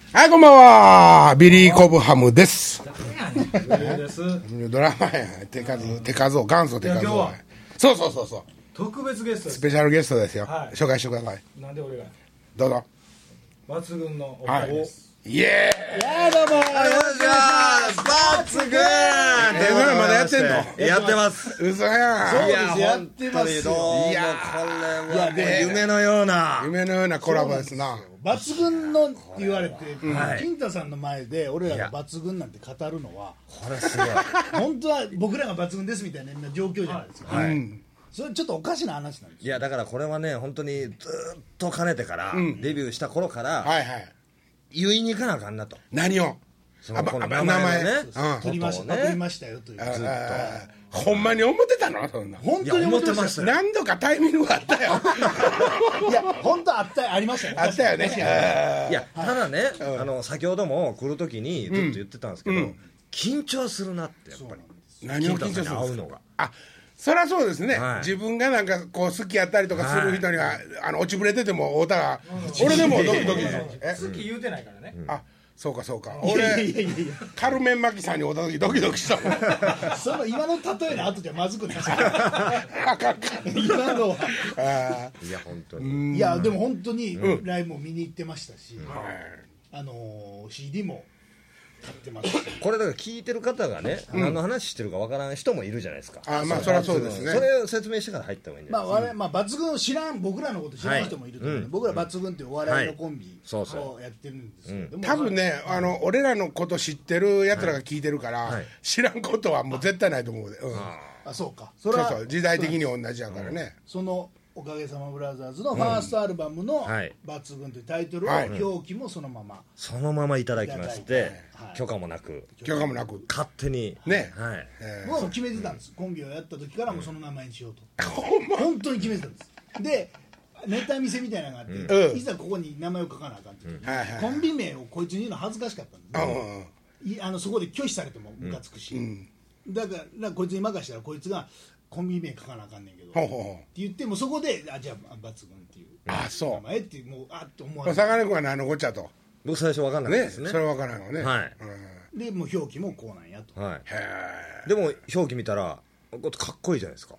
はい、こんばんは。ビリー・コブハムです。ドラマや。手数を、元祖手数を。そう。 特別ゲストです。 スペシャルゲストですよ。 はい、 紹介してください。 なんで俺が。 どうぞ。 抜群のお二人です。 イエーイ。 いやどうも。 お願いします。抜群。 まだやってんの？ やってます。 嘘やん。 そうです。やってますよ。 いやこれは夢のようなコラボですな。 抜群のって言われて、金太さんの前で俺らが抜群なんて語るのは、 これすごい。 本当は僕らが抜群ですみたいな状況じゃないですか。 はい。 それちょっとおかしな話なんです。 いやだからこれはね本当にずっとかねてから、デビューした頃から言いに行かなあかんなと。 何を？ 名前ね。 取りましたよという。ずっと。 ほんまに思ってたの？そんな。 本当に思ってました。 何度かタイミングがあったよ。 いや本当ありましたよ。 あったよね。 いやただね先ほども来る時にずっと言ってたんですけど、緊張するなってやっぱり。 何を緊張するんですか？ 会うのが。 あ、そりゃそうですね。自分がなんかこう好きやったりとかする人には落ちぶれてても太田が俺でもドキドキ。 好き言うてないからね。 あ。そうか俺カルメン・マキさんに会った時ドキドキしたもん。 その今の例えの後じゃまずくないですか？今のはいや本当にいやでも本当にライブも見に行ってましたし、CD も買ってます。 これだから聞いてる方がね何の話してるかわからん人もいるじゃないですか。 まあそりゃそうですね。 それを説明してから入った方がいいんじゃないですか。 まあ抜群を知らん僕らのこと知らん人もいると思う。僕ら抜群っていうお笑いのコンビをやってるんですけど、 多分ね俺らのこと知ってるやつらが聞いてるから知らんことはもう絶対ないと思うで。 あそうか。 そう時代的に同じやからね。 そのおかげさまブラザーズのファーストアルバムの抜群というタイトルを表記もそのままいただきまして許可もなく勝手にね。もう決めてたんです。コンビをやった時からもその名前にしようと本当に決めてたんです。でネタ見せみたいなのがあっていざここに名前を書かなあかんってコンビ名をこいつに言うの恥ずかしかったんです。そこで拒否されてもムカつくし、だからこいつに任せたらこいつがコンビ名書かなあかんねんけどって言ってもそこでじゃあ抜群っていう名前ってもうって思われて坂根君は何のこっちゃと僕最初分かんなかったですね。 それ分からんのね。 でもう表記もこうなんやと。 でも表記見たらかっこいいじゃないですか。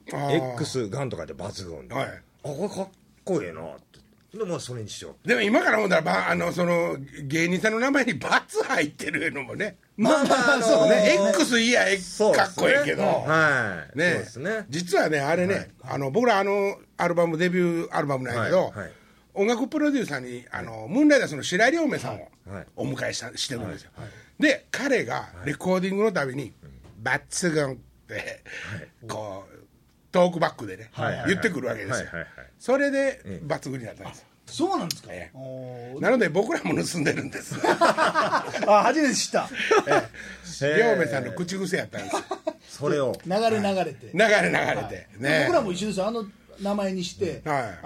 X ガンとかで抜群で、これかっこいいなって。でもそれにしよう。 でも今から思ったらその芸人さんの名前にバツ入ってるのもね、 まあそうね。 X いやかっこいいけどね。実はねあれね僕らアルバムデビューアルバムなんやけど音楽プロデューサーにムーンライダースの白井亮明さんをお迎えしてるんですよ。で彼がレコーディングのたびに抜群ってこうトークバックでね言ってくるわけですよ。それで抜群になったんですよ。 そうなんですか。 なので僕らも盗んでるんです。 初めて知った。 亮明さんの口癖やったんですよ。 それを流れてね。僕らも一緒ですよ。名前にして、手が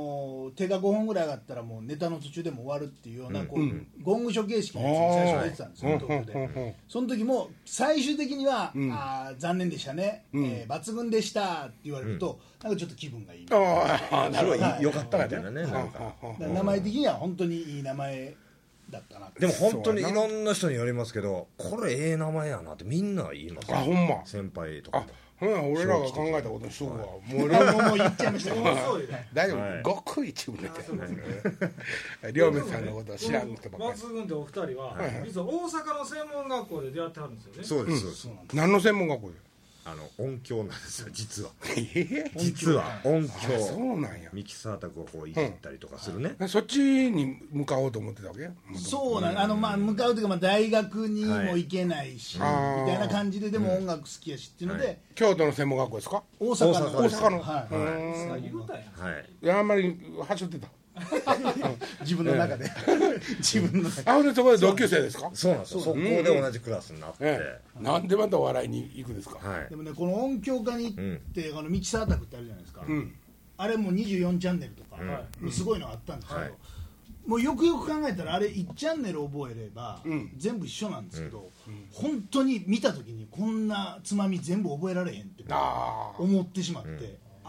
5本ぐらい上がったらもうネタの途中でも終わるっていうようなゴングショー形式のやつに最初出てたんですよ、東京で。その時も最終的には残念でしたね、抜群でしたって言われるとなんかちょっと気分がいい。 すごい良かったみたいなね。 名前的には本当にいい名前だったな。 でも本当にいろんな人によりますけどこれええ名前やなってみんな言います。 ほんま先輩とか。 俺らが考えたことにしとくわ。もう言っちゃいましたけど大丈夫。ごく一部で亮明さんのことは知らん人ばっかり。 抜群ってお二人は実は大阪の専門学校で出会ってはるんですよね。 そうです。 何の専門学校で？ 音響なんですよ実は。 実は音響。 そうなんや。 ミキサー宅をこういじったりとかするね。 そっちに向かおうと思ってたわけ？ そうなん向かうというか大学にも行けないしみたいな感じででも音楽好きやしっていうので。 京都の専門学校ですか？ 大阪の。 いやあんまり走ってた。 自分の中で自分の中で。そこで同級生ですか？ そうなんですよ。そこで同じクラスになって。 なんでまたお笑いに行くんですか？ でもねこの音響科に行ってミキサー宅ってあるじゃないですか。あれも24チャンネルとかすごいのがあったんですけど、もうよくよく考えたらあれ1チャンネル覚えれば全部一緒なんですけど、本当に見た時にこんなつまみ全部覚えられへんって思ってしまって、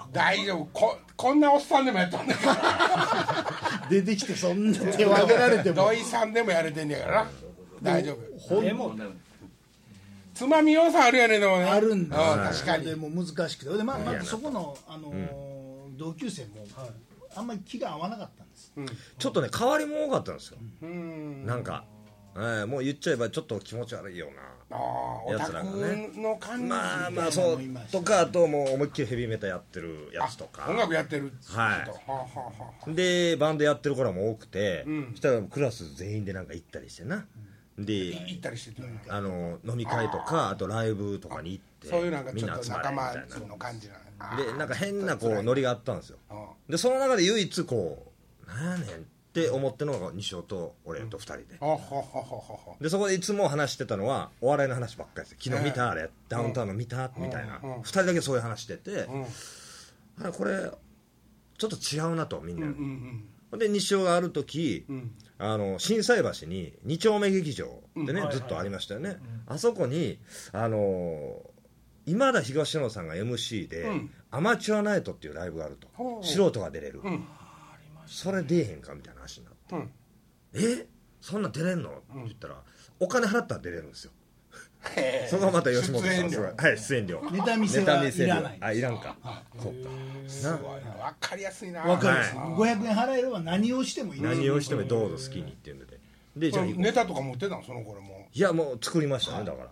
大丈夫、こんなおっさんでもやったんだから出てきてそんな手を挙げられても土井さんでもやれてんやからな、大丈夫。つまみ要素あるよね、でもね。 あるんだ、 確かに。 でも難しくて、でまあそこの同級生もあんまり気が合わなかったんです。 ちょっとね変わりも多かったんですよ。なんかもう言っちゃえばちょっと気持ち悪いようなやつらがね。 の感じまあそうとか、あともう思いっきりヘビーメタやってるやつとか、 音楽やってるでバンドやってる子らも多くて、そしたらクラス全員でなんか行ったりしてな、で行ったりして飲み会とかあとライブとかに行ってそういうなんかちょっと仲間の感じなでなんか変なこうノリがあったんですよ。でその中で唯一こうなんやねんって思ってるのが西尾と俺と2人で、でそこでいつも話してたのはお笑いの話ばっかりです。昨日見たあれダウンタウンの見たみたいな、2人だけそういう話してて、これちょっと違うなとみんなで西尾がある時心斎橋に2丁目劇場でねずっとありましたよね。あそこに今田東野さんが MC でアマチュアナイトっていうライブがあると、素人が出れる、それ出えへんかみたいな話になって、そんなん出れんのって言ったらお金払ったら出れるんですよ。そこがまた吉本さんすごい出演料ネタ見せはいらない。 あ、いらんか。そっか。 分かりやすいな。 分かりやすい。500円払えれば何をしてもいい。 何をしてもどうぞ好きにっていうので。でじゃあネタとか持ってたのその頃も。 いやもう作りましたね、だから。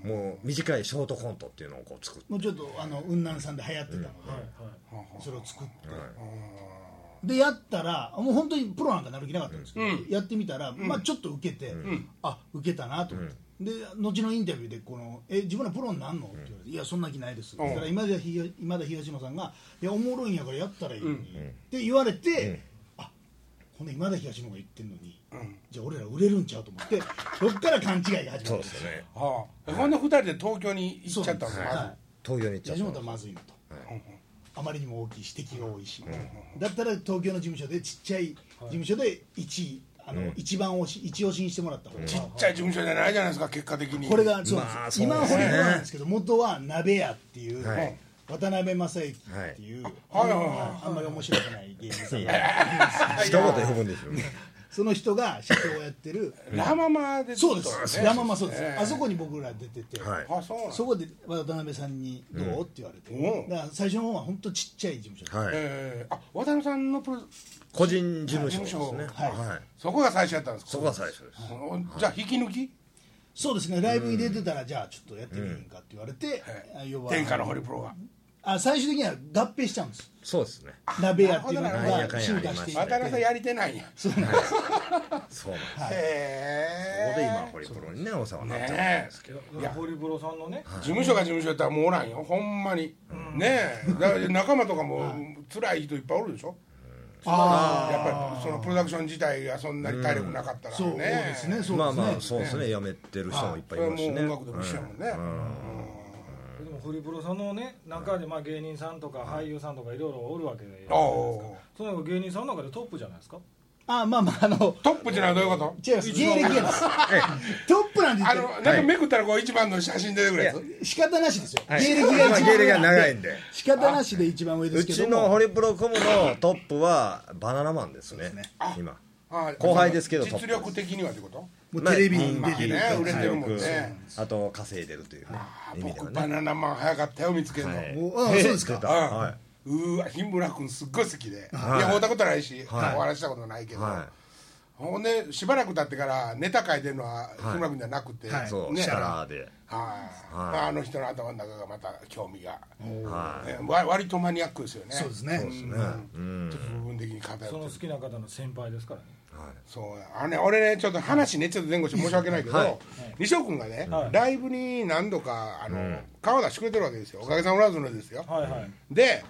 もう短いショートコントっていうのをこう作って。 もうちょっと雲南さんで流行ってたので、それを作って。でやったらもう本当にプロなんかなる気なかったんですけど、やってみたらまあちょっと受けて、あ受けたなと思って。で後のインタビューで自分らプロになんの?」って言われて「いやそんな気ないです」だから今田東野さんが「いやおもろいんやからやったらいいのに」って言われて、あこの今田東野が言ってんのに、じゃあ俺ら売れるんちゃうと思って、そっから勘違いが始まったんです。 そうですね。 ほんで2人で東京に行っちゃったんです。 東京に行っちゃった。 東本はまずいなと、あまりにも大きい指摘が多いし、だったら東京の事務所でちっちゃい事務所で一番一押しにしてもらった方が、 ちっちゃい事務所じゃないじゃないですか結果的に。 これがそうです、今はホリプロなんですけど元は鍋屋っていう渡辺正行っていうあんまり面白くない芸人さんが一言呼ぶんですよね。 その人が社長をやってるラ・ママで。 そうですラ・ママ、そうです。あそこに僕ら出てて、そこで渡辺さんに「どう?」って言われて、だから最初の方は本当ちっちゃい事務所で、渡辺さんの個人事務所ですね。 そこが最初やったんですか。 そこが最初です。 じゃあ引き抜き。 そうですね、ライブに出てたらじゃあちょっとやってみへんかって言われて、 天下のホリプロが最終的には合併しちゃうんです。 そうですね。 鍋屋っていうのが進化していって、 渡辺さんやりてないんや。 そうなんです。 そうなんです。そこで今ホリプロにねお世話になってるんですけど、 ホリプロさんのね事務所が事務所やったらもうおらんよほんまにね。だから仲間とかも辛い人いっぱいおるでしょ。やっぱりそのプロダクション自体がそんなに体力なかったらね。 そうですね。 まあまあそうですね、辞めてる人もいっぱいいますしね。 音楽でも一緒やもんね。 でもホリプロさんのね中で芸人さんとか俳優さんとかいろいろおるわけで、その芸人さんの中でトップじゃないですか。 トップってのはどういうこと？ 違います、芸歴がです。トップなんて言ってなんかめくったら一番の写真出てくるやつ。 仕方なしですよ。 芸歴が長いんで仕方なしで一番上ですけども、 うちのホリプロコムのトップはバナナマンですね。今後輩ですけど実力的にはってこと？ テレビに出てる、 売れてるもんね。 あと稼いでるというね。 僕バナナマン早かったよ見つけるの。 そうですか。 わ日村君すっごい好きで、いや会ったことないしお話したことないけど、ほんでしばらく経ってからネタ書いてるのは日村君じゃなくて、 そうシャラーで、 あの人の頭の中がまた興味が割とマニアックですよね。 そうですね。 部分的に偏ってる。 その好きな方の先輩ですからね。 そう俺ねちょっと話ねちょっと前後して申し訳ないけど、西尾君がねライブに何度か顔出してくれてるわけですよ。おかげさまラズのですよ。で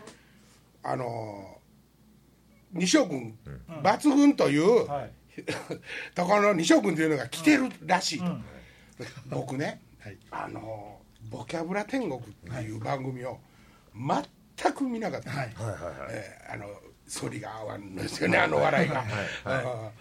西尾君抜群というところの西尾君というのが来てるらしいと。僕ねボキャブラ天国っていう番組を全く見なかった。反りが合わんのですよね、笑いが。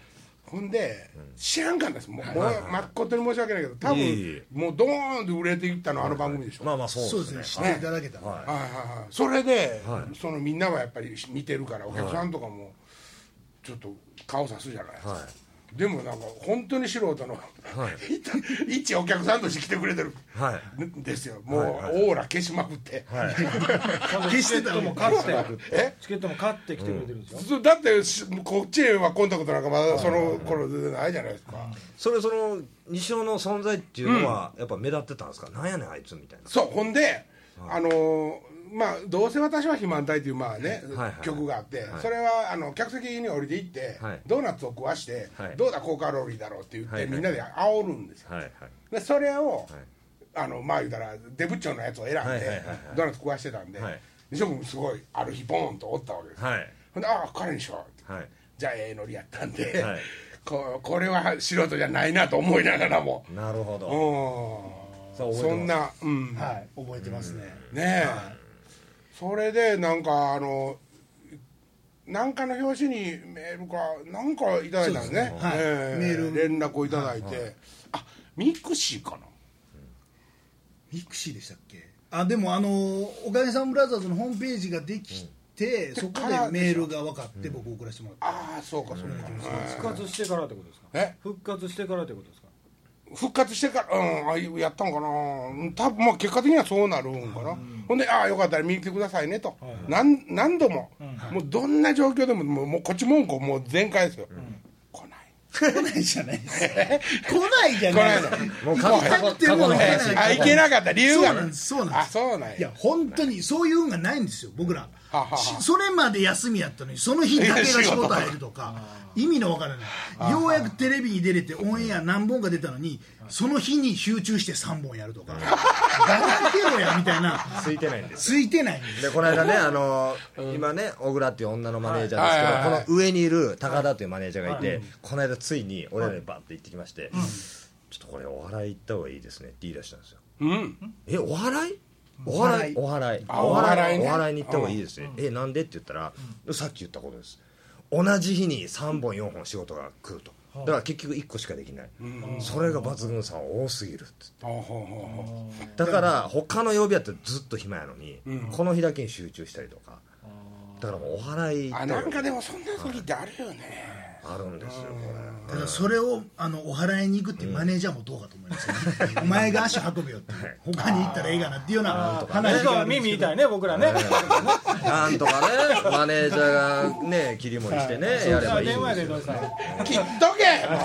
ほんで知らんかったです。もう誠に申し訳ないけど、多分もうドーンと売れていったのあの番組でしょ。 まあまあそうですね、 知っていただけた。 それでそのみんなはやっぱり見てるから、お客さんとかもちょっと顔さすじゃないですか。でもなんか本当に素人の一お客さんとして来てくれてるんですよ。もうオーラ消しまくって消してたのも買ってチケットも買って来てくれてるんですよ。 だってこっちへはコンタクトなんかまだその頃全然ないじゃないですか。 その西尾の存在っていうのはやっぱ目立ってたんですか。なんやねんあいつみたいな。 そう、ほんでまあどうせ私は肥満体っていうまあね曲があって、それは客席に降りていってドーナツを食わしてどうだ高カロリーだろうって言ってみんなで煽るんですよ。でそれをまあ言うたらデブッチョのやつを選んでドーナツ食わしてたんで、西尾君すごいある日ポーンとおったわけです。ほんで彼にしようって、じゃあノリやったんで、これは素人じゃないなと思いながらも。 なるほど。 そんな覚えてますね。 ねえ。それでなんかなんかの表紙にメールかなんかいただいたんですね。メール連絡をいただいて、ミクシーかな。 ミクシーでしたっけ。でもおかげさんブラザーズのホームページができて、そこでメールが分かって僕送らせてもらって。 そうかそうか。 復活してからってことですか。復活してからってことですか。 復活してからやったんかな。多分まあ結果的にはそうなるんかな。ほんでよかったら見に来てくださいねと、何度も、もうどんな状況でももうこっち文句もう全開ですよ。 来ないじゃないですか。来ないじゃないですか。 もう行けなかった理由がそうなんです。いや本当にそういう運がないんですよ僕ら。それまで休みやったのにその日だけが仕事入るとか意味のわからない。ようやくテレビに出れてオンエア何本か出たのにその日に集中して3本やるとか誰けろやみたいな。 ついてないんです。 ついてないんです。 でこの間ね今ね小倉っていう女のマネージャーですけど、この上にいる高田というマネージャーがいて、この間ついに俺らにバッと行ってきまして、ちょっとこれお笑い行った方がいいですねって言い出したんですよ。お笑いお笑いに行った方がいいですね。なんでって言ったら、さっき言ったことです。同じ日に3本4本仕事が来ると。だから結局1個しかできない。それが抜群さん多すぎるっつって。だから他の曜日やってずっと暇やのに、この日だけに集中したりとか。だからもうお笑いなんかでもそんな時ってあるよね。 あるんですよこれ。 ただそれをお祓いに行くっていうマネージャーもどうかと思いますよね。お前が足運べよって他に行ったらええがなっていうような話が耳痛いね僕らね。 なんとかねマネージャーがね切り盛りしてねやればいいんですよ。 切っと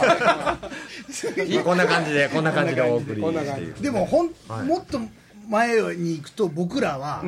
けこんな感じでお送りしていく。 でももっと前に行くと僕らは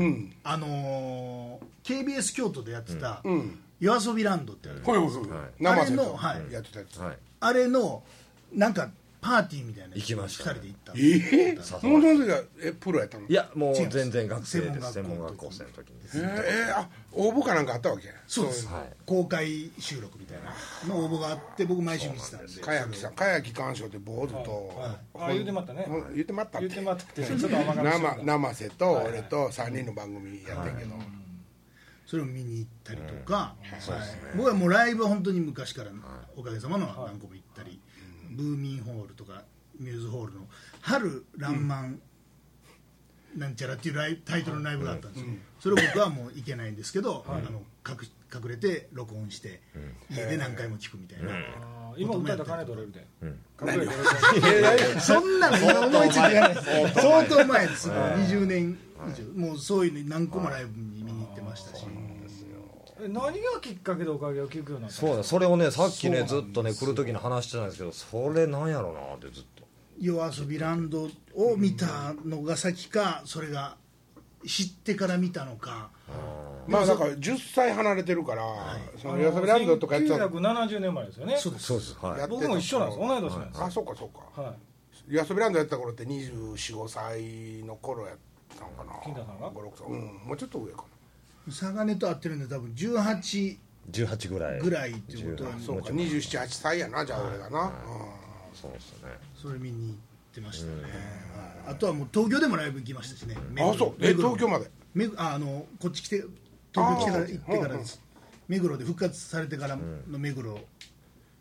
KBS 京都でやってた夜遊びランドってある、 生瀬とやってたやつ、 あれのなんかパーティーみたいな行きました。 2人で行った。 もうその時はプロやったの？ いやもう全然学生です。専門学校生の時に。 応募かなんかあったわけ？ そうです。公開収録みたいなの応募があって僕毎週見てたんで。 かやきさん、かやき鑑賞って坊主と言ってまったね。 言ってまったって。 ちょっと甘がみした。 生瀬と俺と3人の番組やってんけど。 それを見に行ったりとか、僕はもうライブは本当に昔からおかげさまの何個も行ったり、ブーミンホールとかミューズホールの春爛漫なんちゃらっていうタイトルのライブがあったんですよ。それを僕はもう行けないんですけど、隠れて録音して家で何回も聞くみたいな。 今歌ったら金取れるで。 そんなの今思いついてないです。相当前です。20年以上もうそういうの何個もライブに見に行ってましたし。 何がきっかけでおかげを聞くようになったんですか？ そうだ、それをねさっきねずっとね来る時に話してたんですけど、それなんやろうなってずっと。 夜遊びランドを見たのが先か、それが知ってから見たのか。 まあだから10歳離れてるから、その夜遊びランドとかやってた 1970年前ですよね。 そうです。 僕も一緒なんです。同い年なんです。 あ、そうかそうか。夜遊びランドやった頃って24、5歳の頃やったのかな。 金田さんが 5、6歳。もうちょっと上かな。 サガネと合ってるんで多分18 ぐらいっていうことは、 そうか27、8歳やな、じゃあ俺がな。 そうですね。 それ見に行ってましたね。あとはもう東京でもライブ行きましたしね。 あ、そう。東京まで。 こっち来て東京来てから行ってからです。目黒で復活されてからの目黒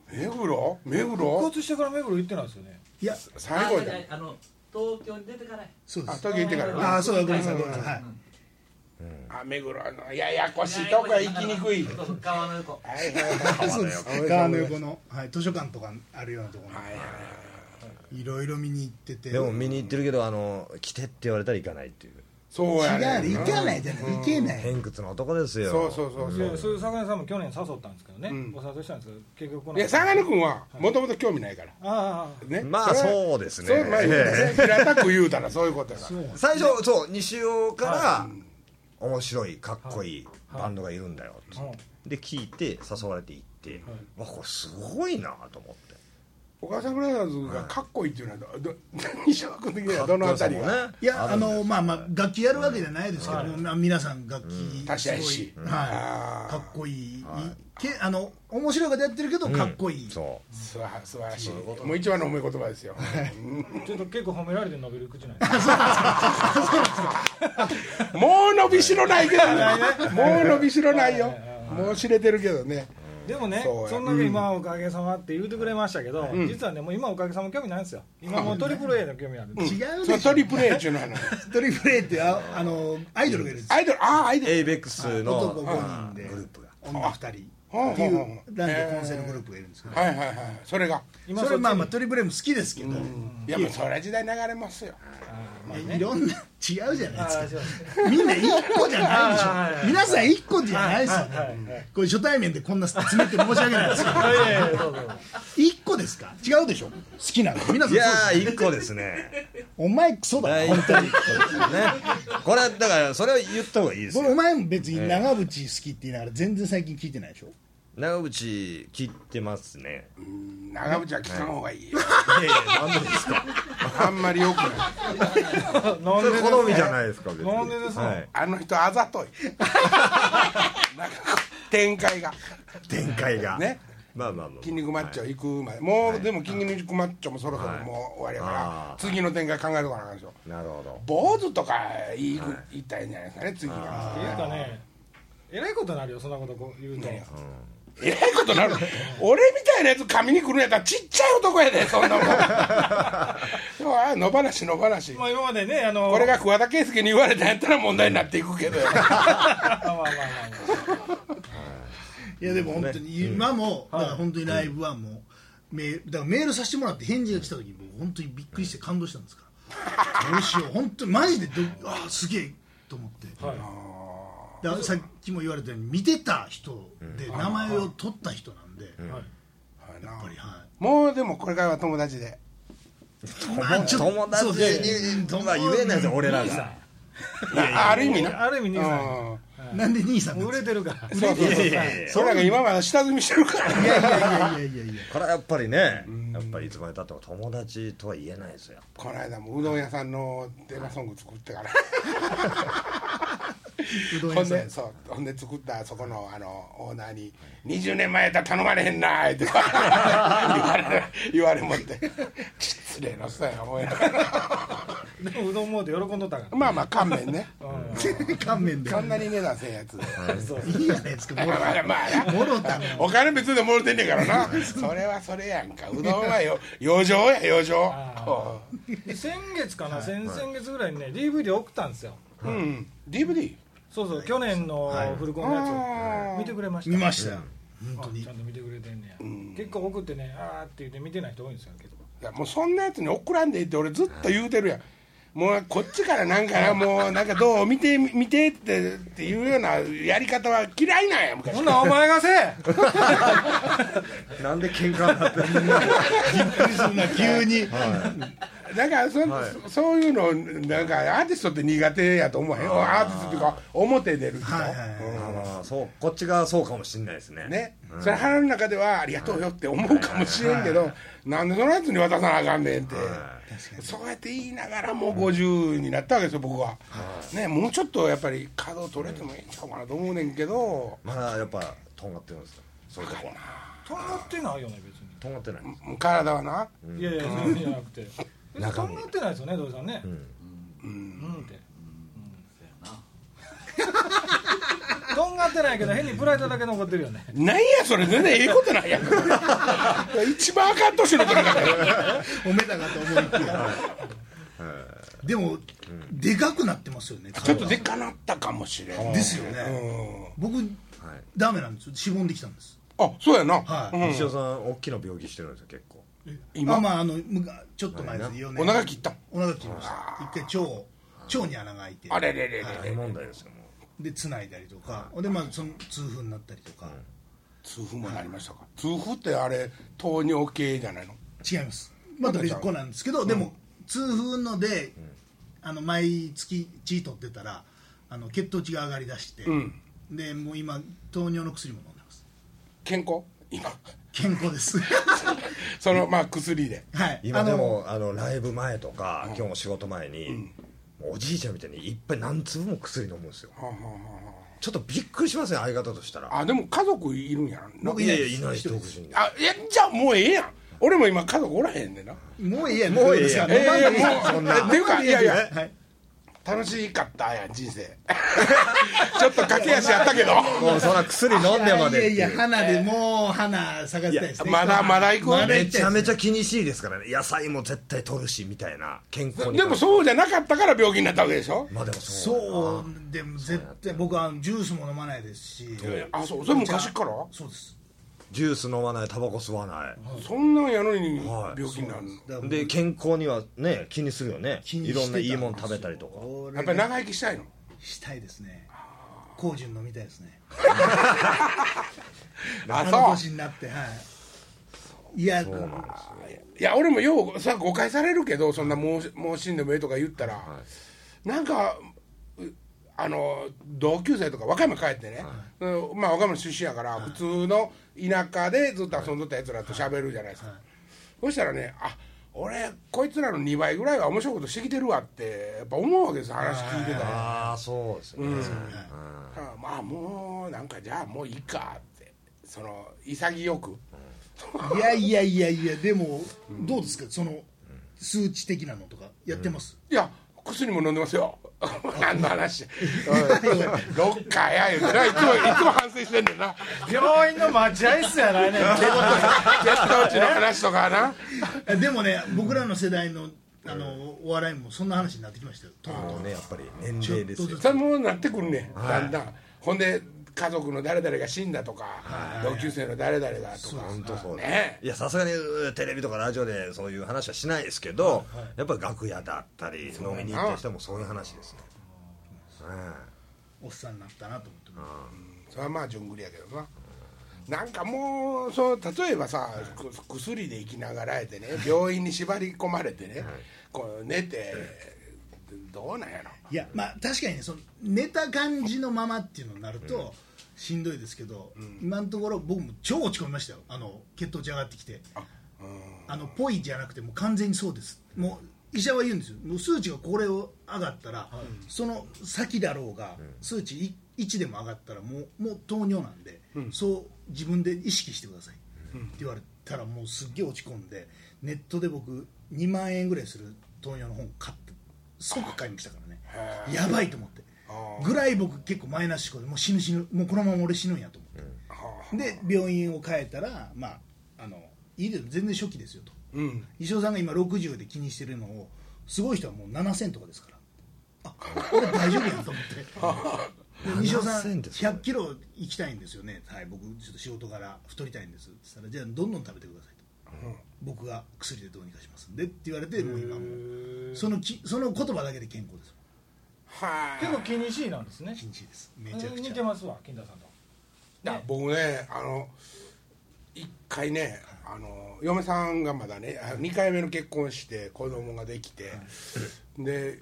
目黒復活してから目黒行ってないですよね。 いや最後で東京に出てから。 そうです。 東京行ってからあそうだごめんなさいごめんなさい。 目黒のややこしいとこは行きにくい。 川の横。 そうです。川の横の図書館とかあるようなところ。いろいろ見に行ってて。 でも見に行ってるけど来てって言われたら行かないっていう。 そうやね。 違う行かないじゃない行けない。 偏屈な男ですよ。 そうそういう坂根さんも去年誘ったんですけどね。お誘いしたんですけど結局来ない。 いや坂根君はもともと興味ないから。 ね。まあそうですね。 平たく言うたらそういうことやから。 最初そう西尾から面白いかっこいいバンドがいるんだよで聞いて誘われて行ってわこれすごいなと思って。 お母さんブラザーズがかっこいいっていうのは西尾君的にはどのあたりが。 いやまあ楽器やるわけじゃないですけども皆さん楽器すごいかっこいい面白いことやってるけどかっこいい。 そう素晴らしい。もう一番の褒め言葉ですよ。 ちょっと結構褒められて伸びる口なんです。もう伸びしろないけどね。もう伸びしろないよ。もう知れてるけどね。 でもね、そんだけ今おかげさまって言うてくれましたけど、実はねもう今おかげさま興味ないんですよ。今もうトリプル A の興味ある。 違うでしょ。 トリプル A っていうのはトリプル A ってアイドルがいるんです。 アイドルエイベックスの男5人でグループが女2人っていう男女混成のグループがいるんですけど。 それがそれまあトリプル A も好きですけど。 いやもうそれは時代流れますよ。 いろんな違うじゃないですか。みんな一個じゃないでしょ。皆さん一個じゃないですよ。これ初対面でこんな詰めて申し訳ないですけど。一個ですか。違うでしょ。好きなの皆さん。 いや一個ですね。 お前クソだ本当に。 これだからそれを言った方がいいですよ。 お前も別に長渕好きって言いながら全然最近聞いてないでしょ。 長渕聞いてますね。 長渕は聞かん方がいいよ。 なんでですか。 あんまりよくない。 それ好みじゃないですか。 なんでですか。 あの人あざとい。展開がね。 まあ筋肉マッチョ行くまでもうでも筋肉マッチョもそろそろもう終わりやから次の展開考えとかなあかんでしょ。 なるほど。 坊主とか言ったらいいんじゃないですかね次が。 っていうかねえらいことになるよそんなこと言うと。 えらいことなる。俺みたいなやつ髪に来るんやったらちっちゃい男やでそんなもん。野放し。 まあ今までねこれが桑田佳祐に言われたんやったら問題になっていくけど。 いやでも本当に今もだから本当にライブはもうだからメールさせてもらって返事が来た時も本当にびっくりして感動したんですから。どうしよう本当にマジですげえと思って。さっきも言われたように見てた人で名前を取った人なんで、やっぱりもうでもこれからは友達で友達にとは言えないですよ俺らが。 ある意味ね。 なんで兄さん売れてるから。 それが今まで下積みしてるから。 いやこれはやっぱりねやっぱりいつまでたっても友達とは言えないですよ。 この間もうどん屋さんのテーマソング作ってからほんで作ったそこのオーナーに20年前やったら頼まれへんなって言われもって失礼な人や思いながら。 でもうどんもうで喜んどったから。 まあ乾麺ね。 乾麺でそんなに値段せんやついいじゃないですか。もろたお金別でもろてんねんからな。それはそれやんか。うどんは養生や養生。 先月かな先々月ぐらいにね DVD 送ったんですよ。 DVD。 そう去年のフルコンのやつ見てくれました。 見ましたよ。本当にちゃんと見てくれてんねや。結構送ってねあーって言って見てない人多いんですよけど。 いやもうそんなやつに送らんでいいって俺ずっと言うてるやん。もうこっちからなんかもうなんかどう見てっていうようなやり方は嫌いなんや昔。 ほんなお前がせえ。 なんで喧嘩になってるの。 びっくりするな急に。 だからそういうのなんかアーティストって苦手やと思わへん。アーティストっていうか表出る人。 そうこっちがそうかもしれないですね。 ね、それ腹の中ではありがとうよって思うかもしれんけど、なんでそのやつに渡さなあかんねんって、そうやって言いながらもう50になったわけですよ僕は。ね、もうちょっとやっぱり稼働取れてもいいんちゃうかなと思うねんけど。 まだやっぱとんがってるんですよそういうとこは。 とんがってないよね別に。 とんがってない。 体はな。 いやそうじゃなくて。とんがってないですよね土井さんね。って。 とんがってないけど変にプライドだけ残ってるよね。 なんやそれ全然ええことないやん一番あかん年の時だからおめだかと思いきやでも、でかくなってますよね。 ちょっとでかなったかもしれんですよね。僕、ダメなんですよ。しぼんできたんです。 あ、そうやな。 西尾さん大きな病気してるんですよ結構。 今ちょっと前です。4年。 お腹切った。 お腹切りました。一回腸に穴が開いて。 あれれれれ。 大問題ですよ。 でつないだりとか、でその痛風になったりとか。 痛風もなりましたか。痛風ってあれ糖尿系じゃないの？ 違います。また別個なんですけど、でも痛風ので毎月血取ってたら血糖値が上がりだして、でもう今糖尿の薬も飲んでます。 健康？今健康ですその薬で、 はい、 今でもライブ前とか今日も仕事前に、おじいちゃんみたいにいっぱい何粒も薬飲むんですよ。ちょっとびっくりしますね、相方としたら。 でも家族いるんやん。 僕いない独自に。 じゃあもうええやん。俺も今家族おらへんねんな。 もうええやん。 もうええやん。 そんなっていうか、いやいや、楽しかったやん人生ちょっと駆け足やったけどもうそんな薬飲んでまで。 いや花でもう花咲かせたいですね。 まだ行く。 めちゃめちゃ気にしいですからね。野菜も絶対取るしみたいな、健康に。 でもそうじゃなかったから病気になったわけでしょ。 まあでもそうでも絶対僕はジュースも飲まないですし。 それ昔から？ そうです。 ジュース飲まない、タバコ吸わない、 そんなんやのに病気になる。 で健康にはね気にするよね。いろんないいもの食べたりとか。 やっぱり長生きしたいの？ したいですね。高純飲みたいですね。 あの年になって、はい。いや俺もよう誤解されるけど、そんなもう死んでもええとか言ったら、なんか同級生とか和歌山帰ってね、和歌山出身やから普通の田舎でずっと遊んどったやつらと喋るじゃないですか。そしたらね、俺こいつらの2倍ぐらいは面白いことしてきてるわってやっぱ思うわけです。話聞いてたら。 そうですね。 もうなんかじゃあもういいかってその潔く。 いやでもどうですか、その数値的なのとかやってます？ いや薬も飲んでますよ何の話ロッカーや言うてないつも反省してんねんな。 病院の待合室やないねん血糖値の話とかなでもね、僕らの世代のお笑いもそんな話になってきましたよ。とうとうね、やっぱり年齢ですよ。 それもなってくるね、だんだん。ほんで家族の誰々が死んだとか、同級生の誰々がとか。 本当そうね。いやさすがにテレビとかラジオでそういう話はしないですけど、やっぱり楽屋だったり飲みに行った人もそういう話ですね。 おっさんになったなと思ってます。 それは順繰りやけどな。なんかもう例えばさ、薬で生きながらえてね、病院に縛り込まれてね、こう寝てどうなんやろ。 いや確かにね、その寝た感じのままっていうのになるとしんどいですけど、今のところ僕も超落ち込みましたよ。血糖値上がってきて、ぽいじゃなくてもう完全にそうです。もう医者は言うんですよ。もう数値がこれを上がったら、その先だろうが、数値1でも上がったらもう糖尿なんで、そう自分で意識してくださいって言われたら、もうすっげえ落ち込んで、ネットで僕2万円ぐらいする糖尿の本買って即買いましたからね。やばいと思ってぐらい僕結構マイナス思考で、もう死ぬもうこのまま俺死ぬんやと思って、で病院を変えたらいいです、全然初期ですよと、石尾さんが今60で気にしてるのをすごい人はもう7000とかですから、俺大丈夫やと思って西尾さん100キロ行きたいんですよね、はい、僕ちょっと仕事柄太りたいんですって言ったら、じゃあどんどん食べてくださいと、僕が薬でどうにかしますんでって言われて、もう今もその言葉だけで健康です。 結構気にしいなんですね。 気にしいです。めちゃくちゃ似てますわ、金田さんと。 僕ね一回ね嫁さんがまだね2回目の結婚して子供ができて、で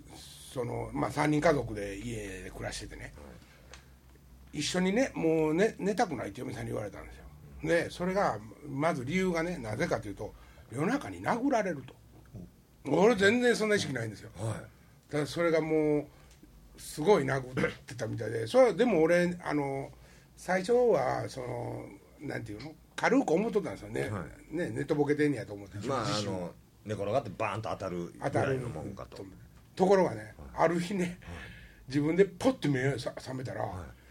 3人家族で家で暮らしててね、一緒にねもう寝たくないって嫁さんに言われたんですよ。でそれがまず理由がね、なぜかというと夜中に殴られると。俺全然そんな意識ないんですよ、ただそれがもうすごい殴ってたみたいで、それはでも俺最初はなんていうの、軽く思っとったんですよね、寝とぼけてんねやと思って、 寝転がってバーンと当たるぐらいのもんかと。 ところがね、ある日ね、自分でポッと目を覚めたら、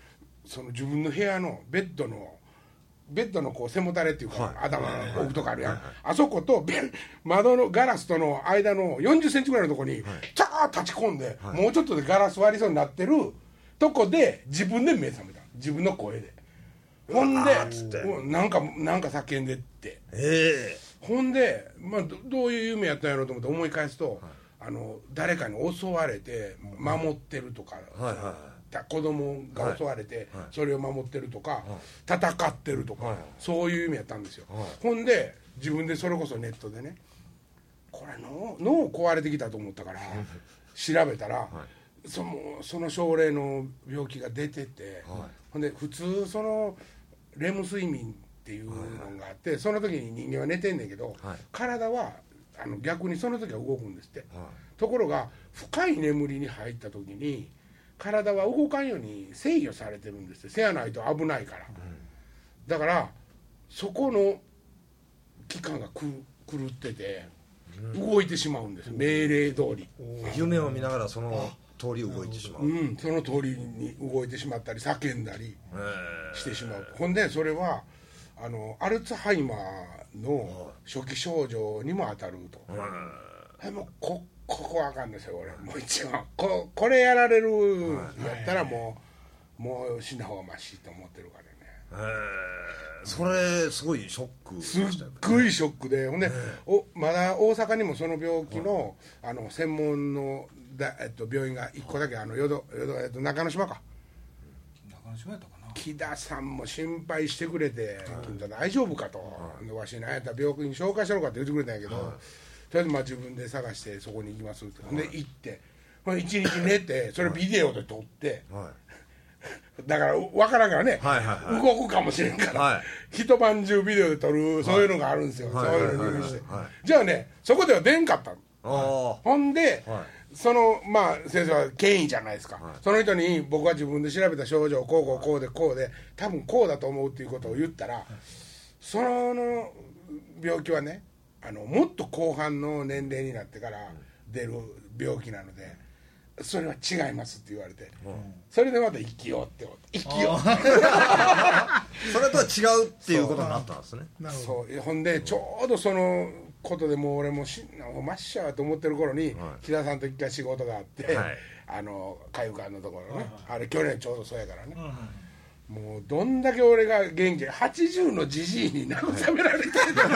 その自分の部屋のベッドのこう背もたれっていうか、頭の置くとこあるやん、あそこと窓のガラスとの間の40センチぐらいのとこにチャー立ち込んで、もうちょっとでガラス割りそうになってるとこで自分で目覚めた、自分の声で。ほんでなんか叫んでって、ほんで、まあ、どういう夢やったんやろうと思って思い返すと、誰かに襲われて守ってるとか、子供が襲われてそれを守ってるとか、戦ってるとか、そういう夢やったんですよ。ほんで自分でそれこそネットでね、これ脳壊れてきたと思ったから調べたら、その症例の病気が出てて、ほんで普通そのレム睡眠っていうのがあって、その時に人間は寝てんねんけど、体は逆にその時は動くんですって。ところが深い眠りに入った時に体は動かんように制御されてるんですよ。せやないと危ないから、だからそこの器官が狂ってて動いてしまうんです、命令通り。 夢を見ながらその通り動いてしまう、 その通りに動いてしまったり叫んだりしてしまう。ほんでそれはアルツハイマーの初期症状にも当たると。もうここはあかんですよ俺。もう一番これやられるやったらもう死んだ方がマシと思ってるからね。 それすごいショックでしたよね。 すっごいショックで、ほんでまだ大阪にもその病気の専門の病院が1個だけ、中之島か、 中之島やったかな。 木田さんも心配してくれて「金田大丈夫か?」と「わし何やったら病院に紹介したのか」って言ってくれたんやけど、とりあえずまあ自分で探してそこに行きますって、で行って一日寝てそれビデオで撮って、だから分からんからね、動くかもしれんから、一晩中ビデオで撮る、そういうのがあるんですよ、そういうのに入院して、じゃあねそこでは出んかったの。ほんで、そのまあ先生は権威じゃないですか、その人に僕は自分で調べた症状こうで多分こうだと思うっていうことを言ったら、その病気はねもっと後半の年齢になってから出る病気なので、それは違いますって言われて、それでまた生きようってそれとは違うっていうことになったんですね。 そうほんでちょうどそのことでもう俺もマッシャーと思ってる頃に木田さんと一回仕事があって、海遊館のところね、あれ去年ちょうどそうやからね、もうどんだけ俺が元気、80のじじいに慰められてる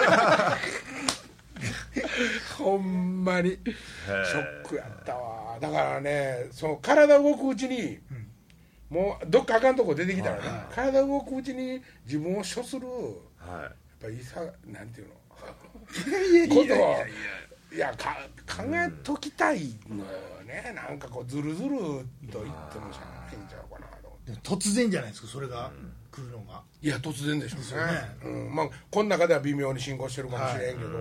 ほんまにショックやったわ。だからね、その体動くうちに、もうどっかあかんとこ出てきたらね、体動くうちに自分を処する、やっぱりなんていうのことを考えときたいのよね。なんかこうずるずると言ってもしゃあないんちゃうかなと思って。 突然じゃないですかそれが来るのが。 いや突然でしょうね。まあこの中では微妙に進行してるかもしれんけど、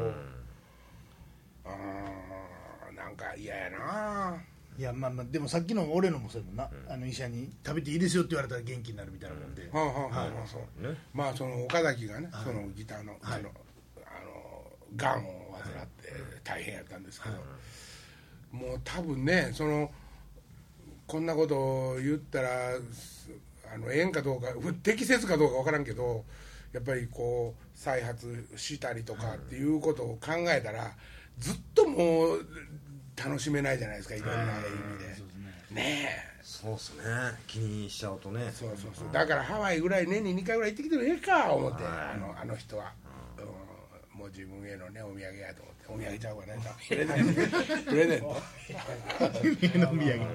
なんか嫌やな。 いやまあでもさっきの俺のもそうやもんな、医者に食べていいですよって言われたら元気になるみたいなもんで、まあその岡崎がね、そのギターのがんを患って大変やったんですけど、もう多分ねこんなことを言ったらええんかどうか適切かどうか分からんけど、やっぱりこう再発したりとかっていうことを考えたらずっともう楽しめないじゃないですか、いろんな意味でね。 そうですね、気にしちゃうとね。 そうだからハワイぐらい年に2回ぐらい行ってきてもええか思って、あの人はもう自分へのねお土産やと思って、お土産ちゃうかね、プレゼント自分へのお土産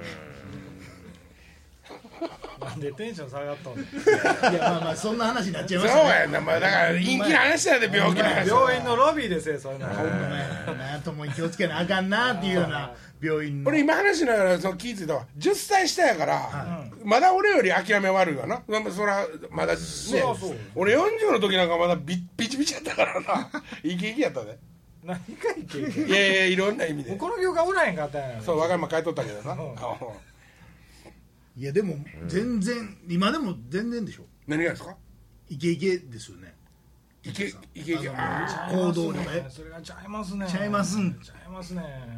なんでテンション下がったんいやまあそんな話になっちゃいましたね。そうやな、まあ、だから陰気な話やで、病気の話。 病院のロビーですよそれな。 ほんまやなとも気をつけなあかんなっていうような病院の。 俺今話しながら気ぃついたわ。10歳下やから、まだ俺より諦め悪いわな。そらまだね、俺40の時なんかまだピチピチやったからな。イケイケやったで。 何かイケイケ。 いやいろんな意味で。 この業界おらへんかったんや。 そう、和歌山帰っとったけどな。 いやでも全然、今でも全然でしょ。 何がですか？ イケイケですよね。 イケイケ。 行動力ね。 それがちゃいますね。 ちゃいますね。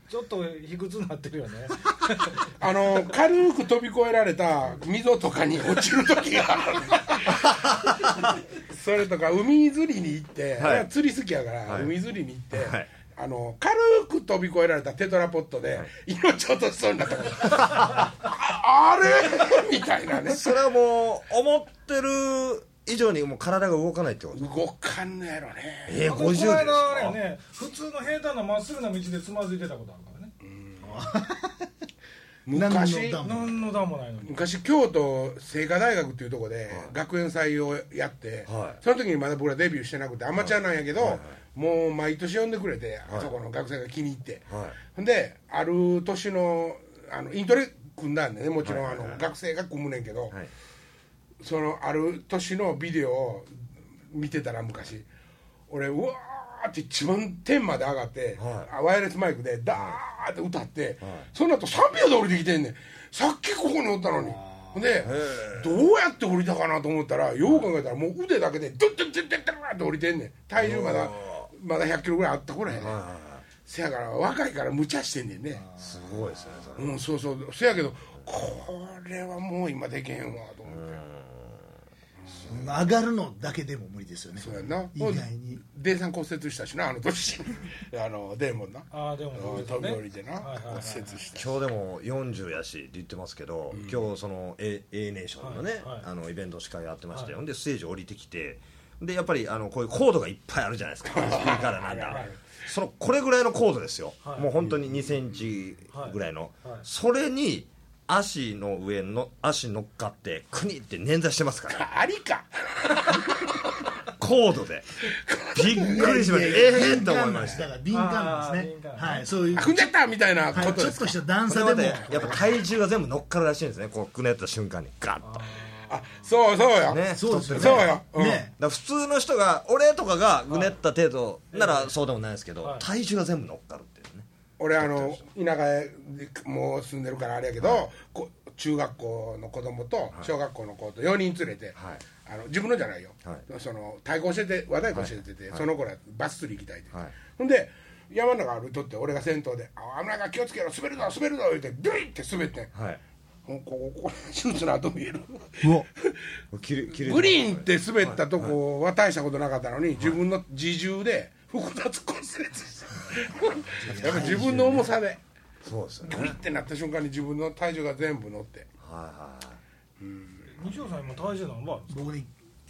ちょっと卑屈になってるよね軽く飛び越えられた溝とかに落ちる時があるそれとか海釣りに行って、はい、釣り好きやから、はい、海釣りに行って、はい、軽く飛び越えられたテトラポットで、はい、命落としそうになったからあれみたいなね。 それはもう思ってる以上にもう体が動かないってこと。 動かんのやろね。 50ですか。この間ね、普通の平坦なまっすぐな道でつまずいてたことあるからね。 昔何の段もないのに。 昔京都精華大学っていうところで学園祭をやって、はい、その時にまだ僕らデビューしてなくてアマチュアなんやけど、はいはい、もう毎年呼んでくれて、はい、あそこの学生が気に入って、はい、ほんである年のイントレ組んだんでね、もちろんはいはいはい、学生が組むねんけど、はい、そのある年のビデオを見てたら昔俺うわーって一番天まで上がって、はい、ワイヤレスマイクでダーって歌って、はい、その後3秒で降りてきてんねん。さっきここにおったのに。でどうやって降りたかなと思ったら、よう考えたらもう腕だけでドッドッドッドッドッって降りてんねん。体重まだ100キロぐらいあった頃やねん。せやから若いから無茶してんねんね。 すごいですねそれ。 うん、そうそう。せやけどこれはもう今できへんわと思って。 上がるのだけでも無理ですよね。 そうやな。 意外にデーさん骨折したしな、あの年デーモンな。 でも飛び降りてな、骨折した。 今日でも40やしって言ってますけど、今日その A ネーションのね、イベント司会やってましたよ。でステージ降りてきて、でやっぱりこういうコードがいっぱいあるじゃないですか。スピーカーだなんだ。これぐらいのコードですよ。もう本当に2センチぐらいの。それに足の上の足乗っかってクニって捻挫してますからありかコードでびっくりしました。と思いました。 だから敏感ですね。はい、そういうくねったみたいなことですか。 ちょっとした段差でもやっぱ体重が全部乗っかるらしいんですね。こうくねった瞬間にガッと。 そうよ、 ね、 そうですよね。 そうよ、 ね、だ普通の人が俺とかがぐねった程度ならそうでもないですけど、体重が全部乗っかるっていうね。 俺田舎へもう住んでるからあれやけど、中学校の子供と小学校の子と4人連れて、自分のじゃないよ、その対抗してて和太鼓してて、その子らバス釣り行きたいって、ほんで山の中歩いとって俺が先頭で「危ないから気をつけろ、滑るぞ滑るぞ」言うてビリッて滑ってん。これ手術の後見えるグリーンって滑ったとこは大したことなかったのに、自分の自重で複雑骨折やっぱ自分の重さでそうですよね。 グリってなった瞬間に自分の体重が全部乗って。 西尾さん今体重何番？ 僕に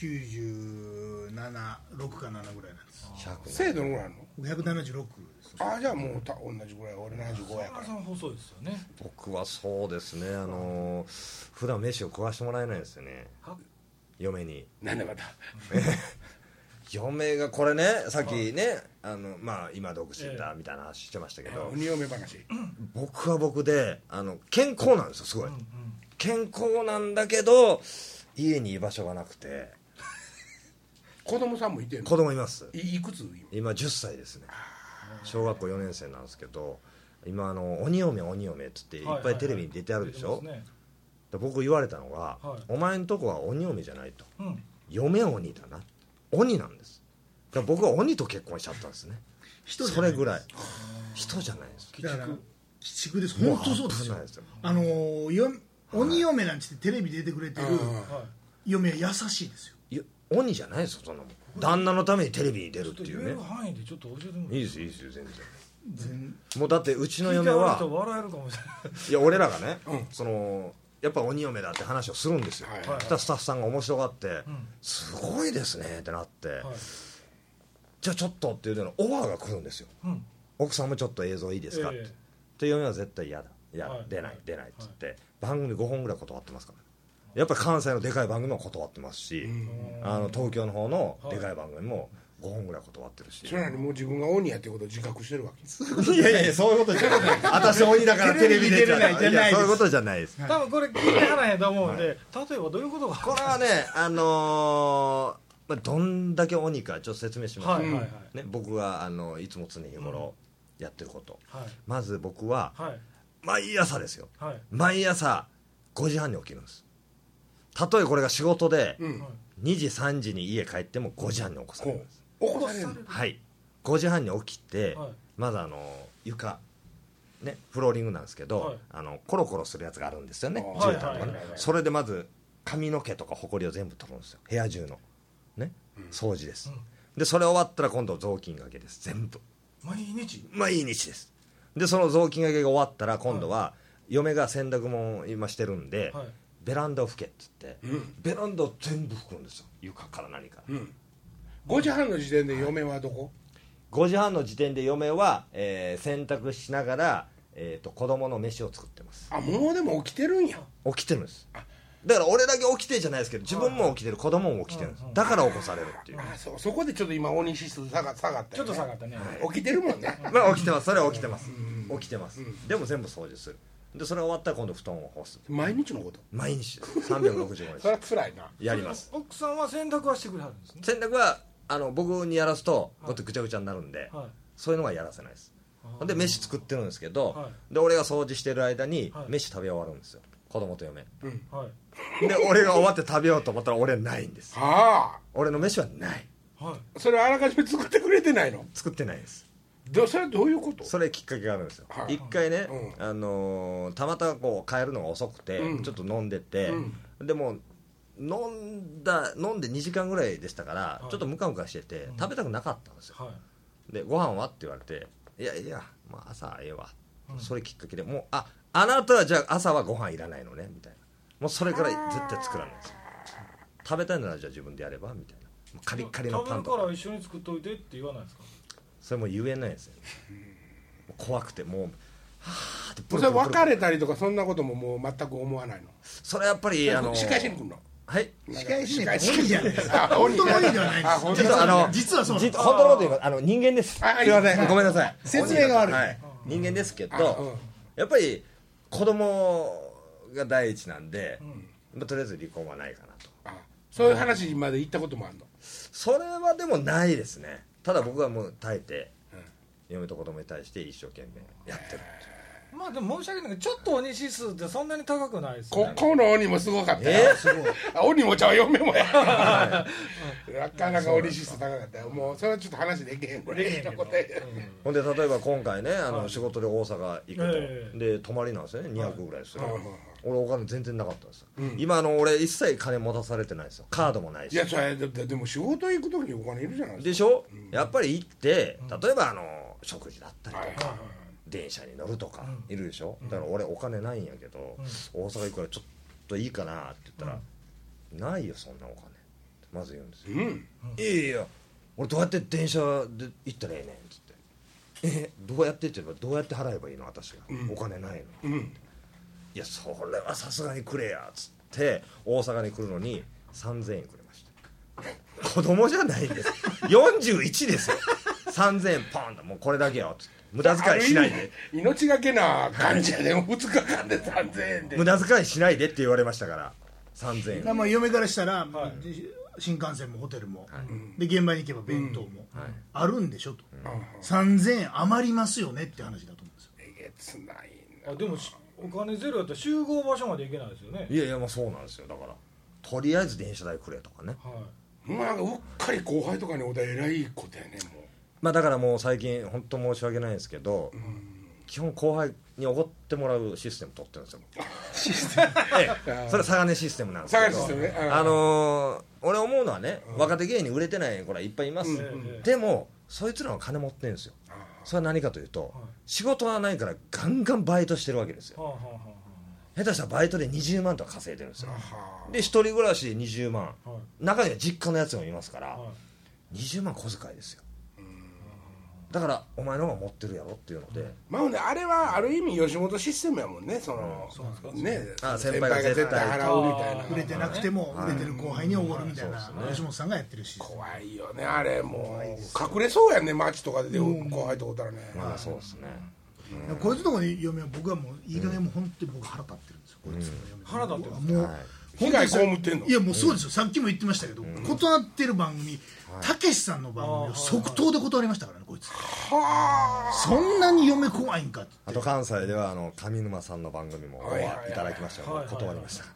97、6か7ぐらいなんです。 精度のぐらいあるの？176です。 じゃあもう同じぐらい。俺75やから。 さん細いですよね。 僕はそうですね。普段飯を食わしてもらえないんですよね。嫁に。 なんでまた嫁がこれね、さっきね、今独身だみたいな話してましたけど、 鬼嫁話。 僕は僕で健康なんですよ。すごい健康なんだけど家に居場所がなくて。 子供さんもいてんの？ 子供います。 いくつ？ 今10歳ですね。小学校4年生なんですけど、今鬼嫁っつっていっぱいテレビに出てあるでしょ。僕言われたのが、お前んとこは鬼嫁じゃないと、嫁鬼だな、鬼なんです。だから僕は鬼と結婚しちゃったんですね。それぐらい人じゃないです。 だから鬼畜です。本当そうですよ。鬼嫁なんてテレビ出てくれてる嫁は優しいですよ。 鬼じゃないですよ、そんなもん。旦那のためにテレビに出るっていうね。 言える範囲でちょっと教えてもらって。 いいですよ全然。もうだってうちの嫁は笑えるかもしれない。 いや俺らがね、やっぱ鬼嫁だって話をするんですよ。スタッフさんが面白がってすごいですねってなって、じゃあちょっとっていうのオファーが来るんですよ。奥さんもちょっと映像いいですかって嫁は絶対嫌だ、出ないっつって番組5本ぐらい断ってますから。やっぱり関西のでかい番組も断ってますし、東京の方のでかい番組も5本ぐらい断ってるし。 それなのにもう自分が鬼やっていうことを自覚してるわけ。 いやそういうことじゃない。私鬼だからテレビ出てないじゃないです。そういうことじゃないです。 多分これ聞いてはらへんと思うんで、例えばどういうことが。 これはねどんだけ鬼かちょっと説明します。僕がいつも常日頃やってること、まず僕は毎朝ですよ、毎朝5時半に起きるんです。たとえこれが仕事で2時3時に家帰っても5時半に起こされるんです。 起こされる？ はい、5時半に起きて、まず床ね、フローリングなんですけど、コロコロするやつがあるんですよね、絨毯とかね。それでまず髪の毛とかほこりを全部取るんですよ、部屋中のね、掃除です、でそれ終わったら今度雑巾がけです、全部毎日です。でその雑巾がけが終わったら今度は、嫁が洗濯物今してるんで、ベランダを拭けっつって、ベランダを全部拭くんですよ、床から何から、 5時半の時点で嫁はどこ ？5時半の時点で嫁は、洗濯しながら、子供の飯を作ってます。 もうでも起きてるんや。 起きてるんです。だから俺だけ起きてじゃないですけど、自分も起きてる、子供も起きてるんです。だから起こされるっていう。 そこでちょっと今鬼指数下がったよね。 ちょっと下がったね。 起きてるもんね。 起きてます。それは起きてます。起きてます。でも全部掃除する。でそれ終わったら今度布団を干す。 毎日のこと？ 毎日365日。 それは辛いな。 やります。 奥さんは洗濯はしてくれはるんですね。 洗濯は僕にやらすとこうやってぐちゃぐちゃになるんで、そういうのはやらせないです。で飯作ってるんですけど、で俺が掃除してる間に飯食べ終わるんですよ、子供と嫁、で俺が終わって食べようと思ったら俺ないんです。俺の飯はない。 それあらかじめ作ってくれてないの？ 作ってないです。 それはどういうこと？ それきっかけがあるんですよ。一回ね、たまたまこう帰るのが遅くて、ちょっと飲んでて、でも飲んで2時間ぐらいでしたから、ちょっとムカムカしてて、食べたくなかったんですよ、でご飯はって言われて、いや、まあ、朝ええわ、それきっかけでもうあなたはじゃあ朝はご飯いらないのねみたいな、もうそれから絶対作らないですよ。食べたいならじゃあ自分でやればみたいな、カリッカリのパンとか。 食べるから一緒に作っといてって言わないですか？ それも言えないですよ、怖くてもうはーってそれ別れたりとかそんなことももう全く思わないの？ それやっぱり仕返しに来るの？ はい、 仕返しに来るじゃないですか。本当の鬼ではないです。実はそう。 本当のこと言うか人間です。すいません、ごめんなさい、 説明が悪い。 人間ですけど、やっぱり子供が第一なんで、とりあえず離婚はないかなと。 そういう話まで言ったこともあるの？ それはでもないですね。ただ僕はもう耐えて、嫁と子供に対して一生懸命やってる。 まあでも申し訳ないけど、ちょっと鬼指数ってそんなに高くないですね。 この鬼もすごかったよ。鬼もちゃう、嫁もや。なかなか鬼指数高かったよ。もうそれはちょっと話できへんぐらいのことや。 ほんで例えば今回ね、仕事で大阪行くと、で泊まりなんですよね、200ぐらいする。俺お金全然なかったんですよ。今俺一切金持たされてないですよ。カードもないし。 いやそれでも仕事行く時にお金いるじゃないですか。 でしょ。やっぱり行って例えば食事だったりとか。電車に乗るとかいるでしょ、だから俺お金ないんやけど、大阪行くからちょっといいかなって言ったら、ないよそんなお金ってまず言うんですよ。いや俺どうやって電車で行ったらええねんって言って、どうやってって言えばどうやって払えばいいの私が、お金ないの、いやそれはさすがにくれやっつって大阪に来るのに3000円くれました。子供じゃないんです、41ですよ。3000円ポンと、もうこれだけよっつって、無駄遣いしないで、 命がけな感じやで、2日間で3000円で無駄遣いしないでって言われましたから、3000円。 まあ嫁からしたら、新幹線もホテルも、で現場に行けば弁当もあるんでしょと、3000円余りますよねって話だと思うんですよ。 えげつないな。 でもお金ゼロやったら集合場所まで行けないですよね。 いやまあそうなんですよ。だからとりあえず電車代くれとかね、 もうなんかうっかり後輩とかにお題偉いことやね。もうまあだからもう最近本当申し訳ないんですけど、基本後輩におごってもらうシステム取ってるんですよ。システムそれは佐賀根システムなんですけど、俺思うのはね、若手芸人売れてない子らいっぱいいます、でもそいつらは金持ってるんですよ。それは何かというと、仕事はないからガンガンバイトしてるわけですよ。下手したらバイトで20万とか稼いでるんですよ。で一人暮らしで20万、中には実家のやつもいますから、20万小遣いですよ。だからお前の方が持ってるやろっていうので、 まあね、あれはある意味吉本システムやもんね。そのね、先輩が絶対払うみたいな、 売れてなくても売れてる後輩におごるみたいな、吉本さんがやってるし。 怖いよねあれ。もう隠れそうやね、街とかで後輩とおったらね。 まあそうですね。 こいつのとこに嫁は、僕はもういい加減もう本当に僕腹立ってるんですよ、こいつの嫁。 腹立ってるもう被害被ってんの？ いやもうそうですよ、さっきも言ってましたけど、断ってる番組、たけしさんの番組を即答で断りましたからね、こいつ。そんなに嫁怖いんかって。 あと関西では上沼さんの番組もいただきましたから、断りましたから。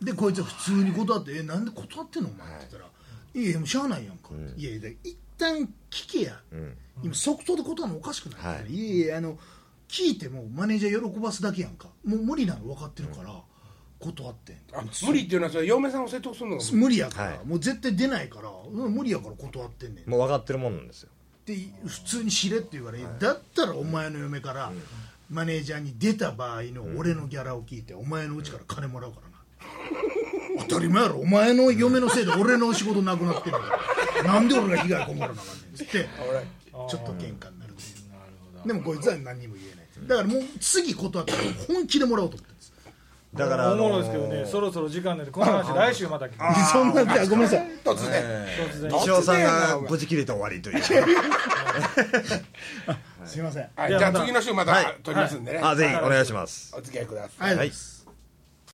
でこいつは普通に断って「なんで断ってんのお前」って言ったら「いやもうしゃあないやんか」いや一旦聞けや、今即答で断るのおかしくない、いやいや聞聞いてもマネージャー喜ばすだけやんか。もう無理なの分かってるから断ってん。 無理っていうのはそれ嫁さんを説得するのが無理やから、もう絶対出ないから無理やから断ってんねん。 もう分かってるもんなんですよで普通に知れって言うから、だったらお前の嫁からマネージャーに出た場合の俺のギャラを聞いて、お前のうちから金もらうからな。当たり前やろ、お前の嫁のせいで俺の仕事なくなってるからなんで俺が被害被らなあかんねんっつってちょっと喧嘩になる。でもこいつは何にも言えない。だからもう次断ったら本気でもらおうと思ってるんです。 だからおもろいですけどね、そろそろ時間なんでこの話来週また聞きます。 そんなんでごめんなさい、 突然西尾さんがブチ切れて終わりというすいません。 じゃあ次の週また撮りますんでね。 ぜひお願いします。 お付き合いください。 ありがとうございます。